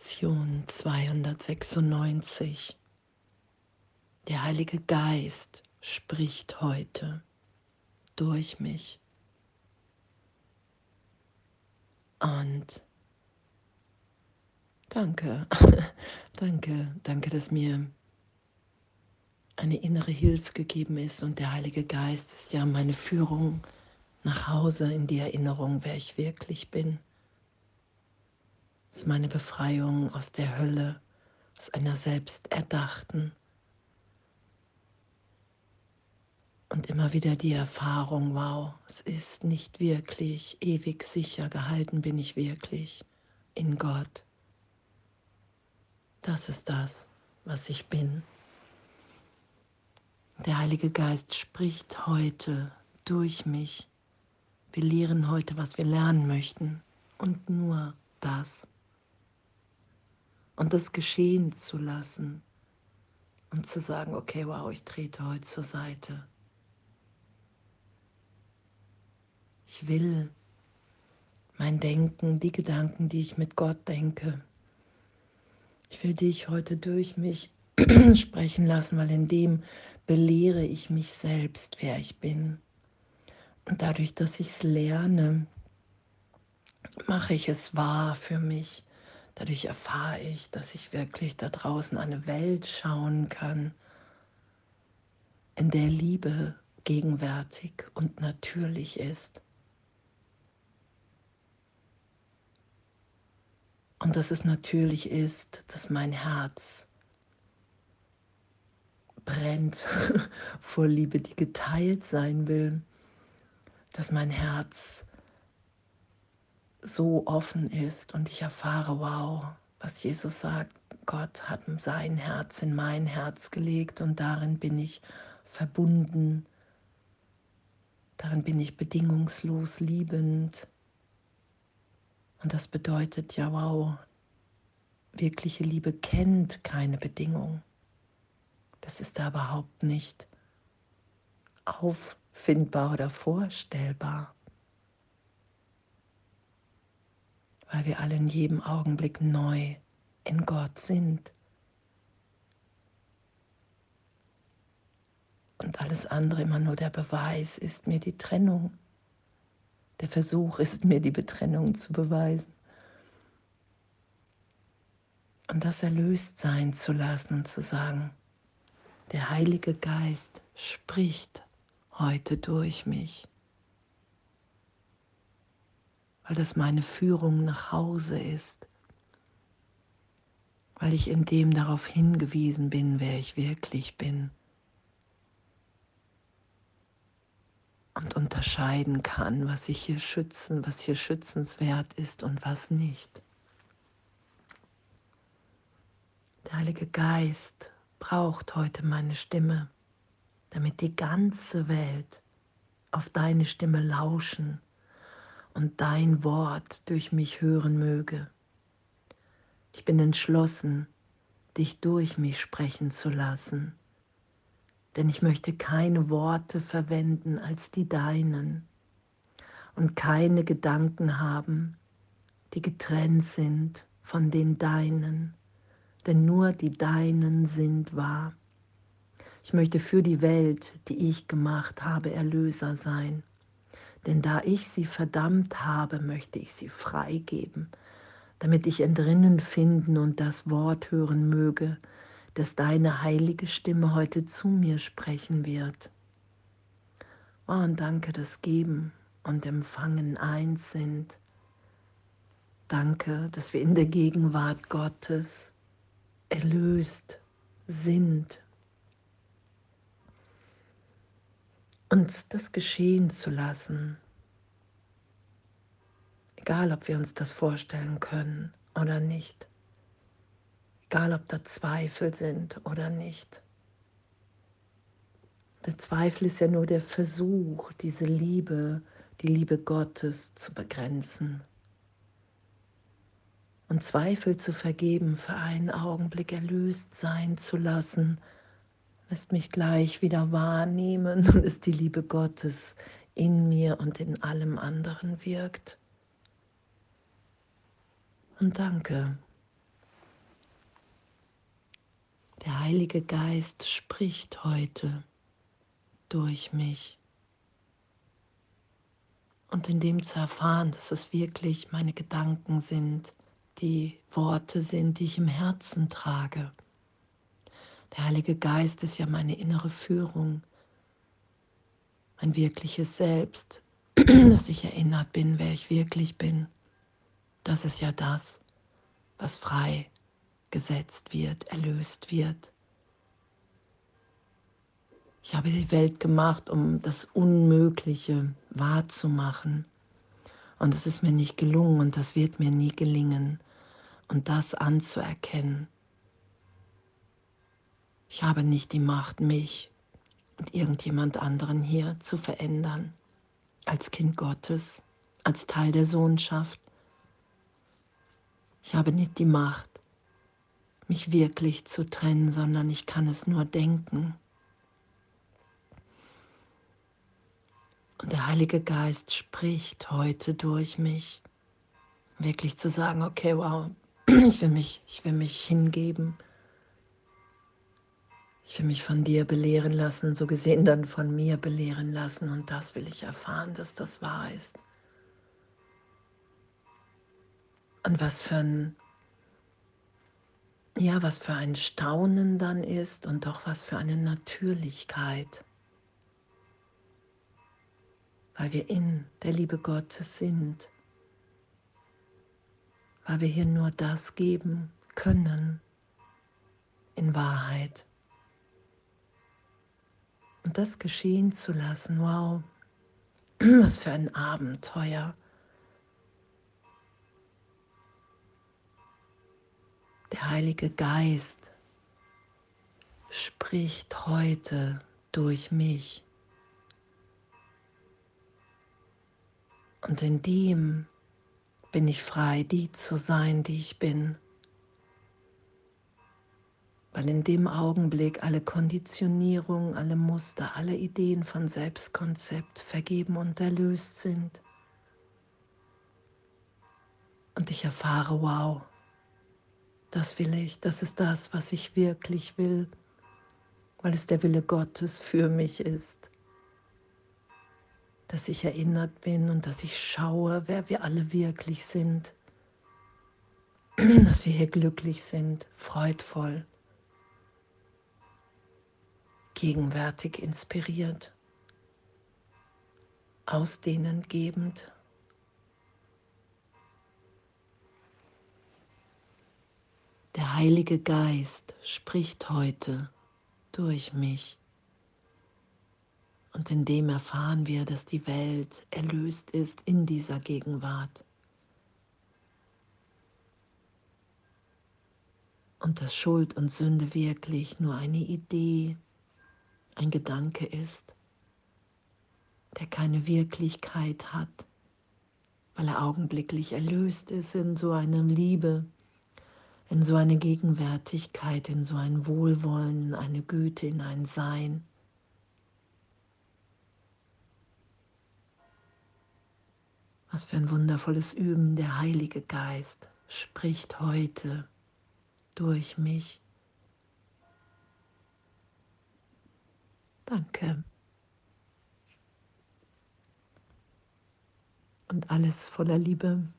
Lektion 296. Der Heilige Geist spricht heute durch mich. Und danke, danke, dass mir eine innere Hilfe gegeben ist. Und der Heilige Geist ist ja meine Führung nach Hause in die Erinnerung, wer ich wirklich bin. Es ist meine Befreiung aus der Hölle, aus einer selbsterdachten und immer wieder die Erfahrung, wow, es ist nicht wirklich ewig sicher, gehalten bin ich wirklich in Gott. Das ist das, was ich bin. Der Heilige Geist spricht heute durch mich. Wir lehren heute, was wir lernen möchten und nur das. Und das geschehen zu lassen und zu sagen, okay, wow, ich trete heute zur Seite. Ich will mein Denken, die Gedanken, die ich mit Gott denke, ich will dich heute durch mich sprechen lassen, weil in dem belehre ich mich selbst, wer ich bin. Und dadurch, dass ich es lerne, mache ich es wahr für mich. Dadurch erfahre ich, dass ich wirklich da draußen eine Welt schauen kann, in der Liebe gegenwärtig und natürlich ist. Und dass es natürlich ist, dass mein Herz brennt vor Liebe, die geteilt sein will. Dass mein Herz so offen ist und ich erfahre, wow, was Jesus sagt, Gott hat sein Herz in mein Herz gelegt und darin bin ich verbunden, darin bin ich bedingungslos liebend. Und das bedeutet ja, wow, wirkliche Liebe kennt keine Bedingung. Das ist da überhaupt nicht auffindbar oder vorstellbar, weil wir alle in jedem Augenblick neu in Gott sind. Und alles andere immer nur der Beweis ist mir die Trennung. Der Versuch ist mir die Betrennung zu beweisen. Und das erlöst sein zu lassen und zu sagen, der Heilige Geist spricht heute durch mich, weil das meine Führung nach Hause ist, weil ich in dem darauf hingewiesen bin, wer ich wirklich bin und unterscheiden kann, was hier schützenswert ist und was nicht. Der Heilige Geist braucht heute meine Stimme, damit die ganze Welt auf deine Stimme lauschen und dein Wort durch mich hören möge. Ich bin entschlossen, dich durch mich sprechen zu lassen, denn ich möchte keine Worte verwenden als die deinen und keine Gedanken haben, die getrennt sind von den deinen, denn nur die deinen sind wahr. Ich möchte für die Welt, die ich gemacht habe, Erlöser sein. Denn da ich sie verdammt habe, möchte ich sie freigeben, damit ich entrinnen finden und das Wort hören möge, dass deine heilige Stimme heute zu mir sprechen wird. Oh, und danke, dass Geben und Empfangen eins sind. Danke, dass wir in der Gegenwart Gottes erlöst sind. Und das geschehen zu lassen, egal ob wir uns das vorstellen können oder nicht, egal ob da Zweifel sind oder nicht. Der Zweifel ist ja nur der Versuch, diese Liebe, die Liebe Gottes zu begrenzen. Und Zweifel zu vergeben, für einen Augenblick erlöst sein zu lassen, lässt mich gleich wieder wahrnehmen, dass die Liebe Gottes in mir und in allem anderen wirkt. Und danke, Der Heilige Geist spricht heute durch mich. Und in dem zu erfahren, dass es wirklich meine Gedanken sind, die Worte sind, die ich im Herzen trage. Der Heilige Geist ist ja meine innere Führung, mein wirkliches Selbst, dass ich erinnert bin, wer ich wirklich bin. Das ist ja das, was freigesetzt wird, erlöst wird. Ich habe die Welt gemacht, um das Unmögliche wahrzumachen. Und es ist mir nicht gelungen und das wird mir nie gelingen. Und das anzuerkennen. Ich habe nicht die Macht, mich und irgendjemand anderen hier zu verändern. Als Kind Gottes, als Teil der Sohnschaft. Ich habe nicht die Macht, mich wirklich zu trennen, sondern ich kann es nur denken. Und der Heilige Geist spricht heute durch mich, wirklich zu sagen, okay, wow, ich will mich hingeben. Ich will mich von dir belehren lassen, so gesehen dann von mir belehren lassen. Und das will ich erfahren, dass das wahr ist. Und was für ein Staunen dann ist und doch was für eine Natürlichkeit, weil wir in der Liebe Gottes sind, weil wir hier nur das geben können in Wahrheit. Und das geschehen zu lassen, wow, was für ein Abenteuer. Der Heilige Geist spricht heute durch mich. Und in dem bin ich frei, die zu sein, die ich bin. Weil in dem Augenblick alle Konditionierungen, alle Muster, alle Ideen von Selbstkonzept vergeben und erlöst sind. Und ich erfahre, wow, das will ich, das ist das, was ich wirklich will, weil es der Wille Gottes für mich ist. Dass ich erinnert bin und dass ich schaue, wer wir alle wirklich sind. Dass wir hier glücklich sind, freudvoll, gegenwärtig inspiriert, ausdehnend gebend. Der Heilige Geist spricht heute durch mich. Und in dem erfahren wir, dass die Welt erlöst ist in dieser Gegenwart. Und dass Schuld und Sünde wirklich nur eine Idee, ein Gedanke ist, der keine Wirklichkeit hat, weil er augenblicklich erlöst ist in so einer Liebe, in so eine Gegenwärtigkeit, in so ein Wohlwollen, in eine Güte, in ein Sein. Was für ein wundervolles Üben. Der Heilige Geist spricht heute durch mich. Danke. Und alles voller Liebe.